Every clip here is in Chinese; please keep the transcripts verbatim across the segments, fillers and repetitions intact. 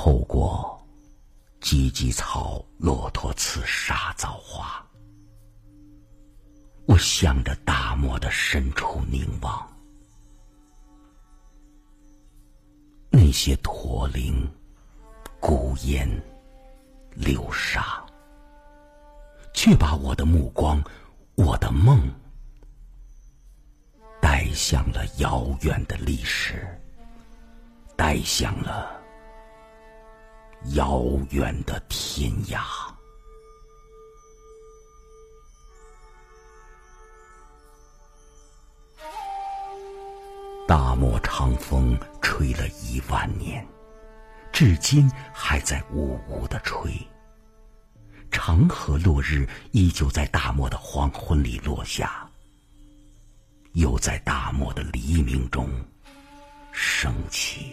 透过芨芨草、骆驼刺、沙枣花，我向着大漠的深处凝望。那些驼铃、孤烟、流沙，却把我的目光、我的梦带向了遥远的历史，带向了遥远的天涯。大漠长风吹了一万年，至今还在呜呜地吹。长河落日依旧在大漠的黄昏里落下，又在大漠的黎明中升起。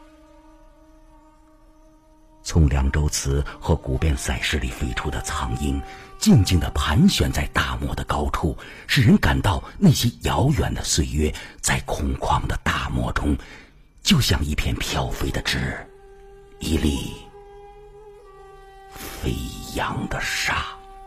从凉州词和古边塞诗里飞出的苍鹰，静静地盘旋在大漠的高处，使人感到那些遥远的岁月在空旷的大漠中，就像一片飘飞的纸，一粒飞扬的沙。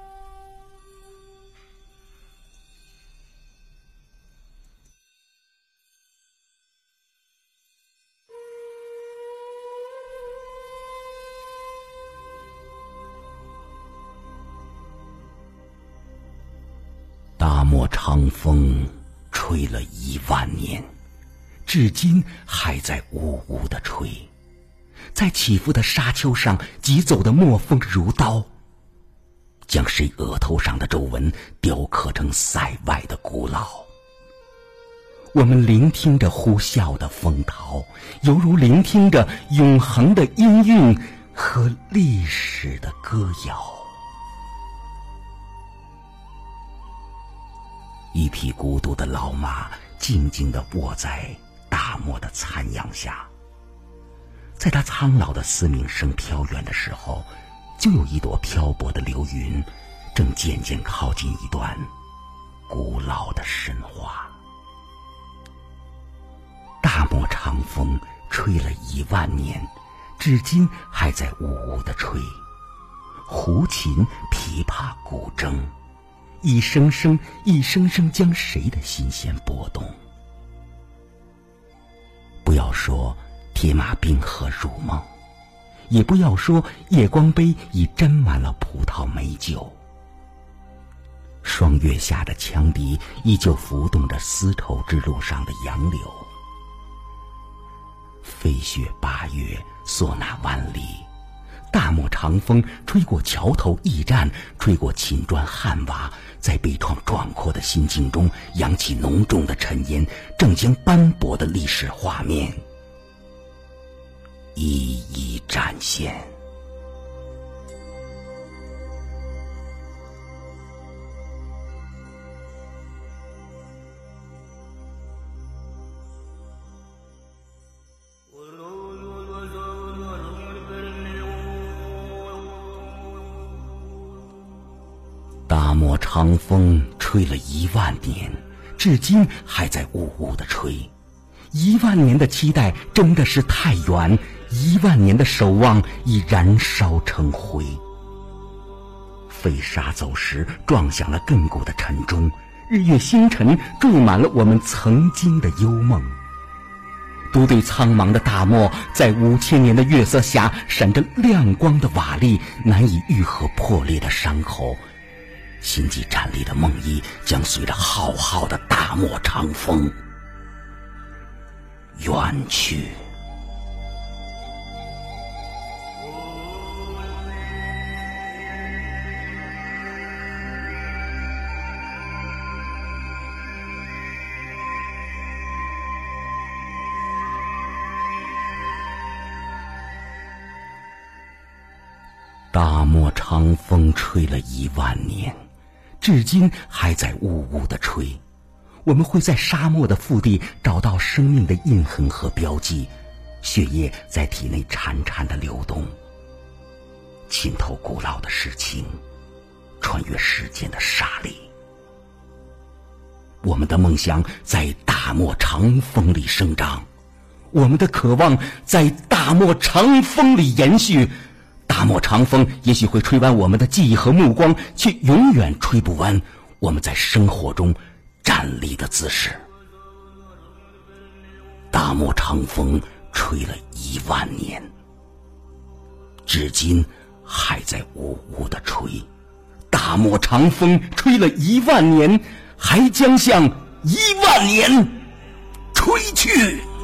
大漠长风吹了一万年，至今还在呜呜地吹。在起伏的沙丘上，疾走的墨锋如刀，将谁额头上的皱纹雕刻成塞外的古老。我们聆听着呼啸的风涛，犹如聆听着永恒的音韵和历史的歌谣。一匹孤独的老马静静地卧在大漠的残阳下，在它苍老的嘶鸣声飘远的时候，就有一朵漂泊的流云正渐渐靠近一段古老的神话。大漠长风吹了一万年，至今还在呜呜地吹。胡琴、琵琶、古筝，一声声一声声将谁的心弦拨动。不要说铁马冰河入梦，也不要说夜光杯已斟满了葡萄美酒。霜月下的羌笛依旧浮动着丝绸之路上的杨柳。飞雪八月，唢呐万里，大漠长风吹过桥头驿站，吹过秦砖汉瓦，在悲怆壮阔的心境中扬起浓重的尘烟，正将斑驳的历史画面一一展现。大漠长风吹了一万年，至今还在呜呜地吹。一万年的期待真的是太远，一万年的守望已燃烧成灰。飞沙走石撞响了亘古的晨钟，日月星辰缀满了我们曾经的幽梦。独对苍茫的大漠，在五千年的月色下闪着亮光的瓦砾，难以愈合破裂的伤口。心悸站立的梦呓将随着浩浩的大漠长风远去。大漠长风吹了一万年，至今还在呜呜地吹。我们会在沙漠的腹地找到生命的印痕和标记，血液在体内潺潺地流动，浸透古老的事情，穿越时间的沙砾。我们的梦想在大漠长风里生长， 我们的渴望在大漠长风里延续，大漠长风也许会吹弯我们的记忆和目光，却永远吹不弯我们在生活中站立的姿势。大漠长风吹了一万年，至今还在呜呜地吹。大漠长风吹了一万年，还将向一万年吹去。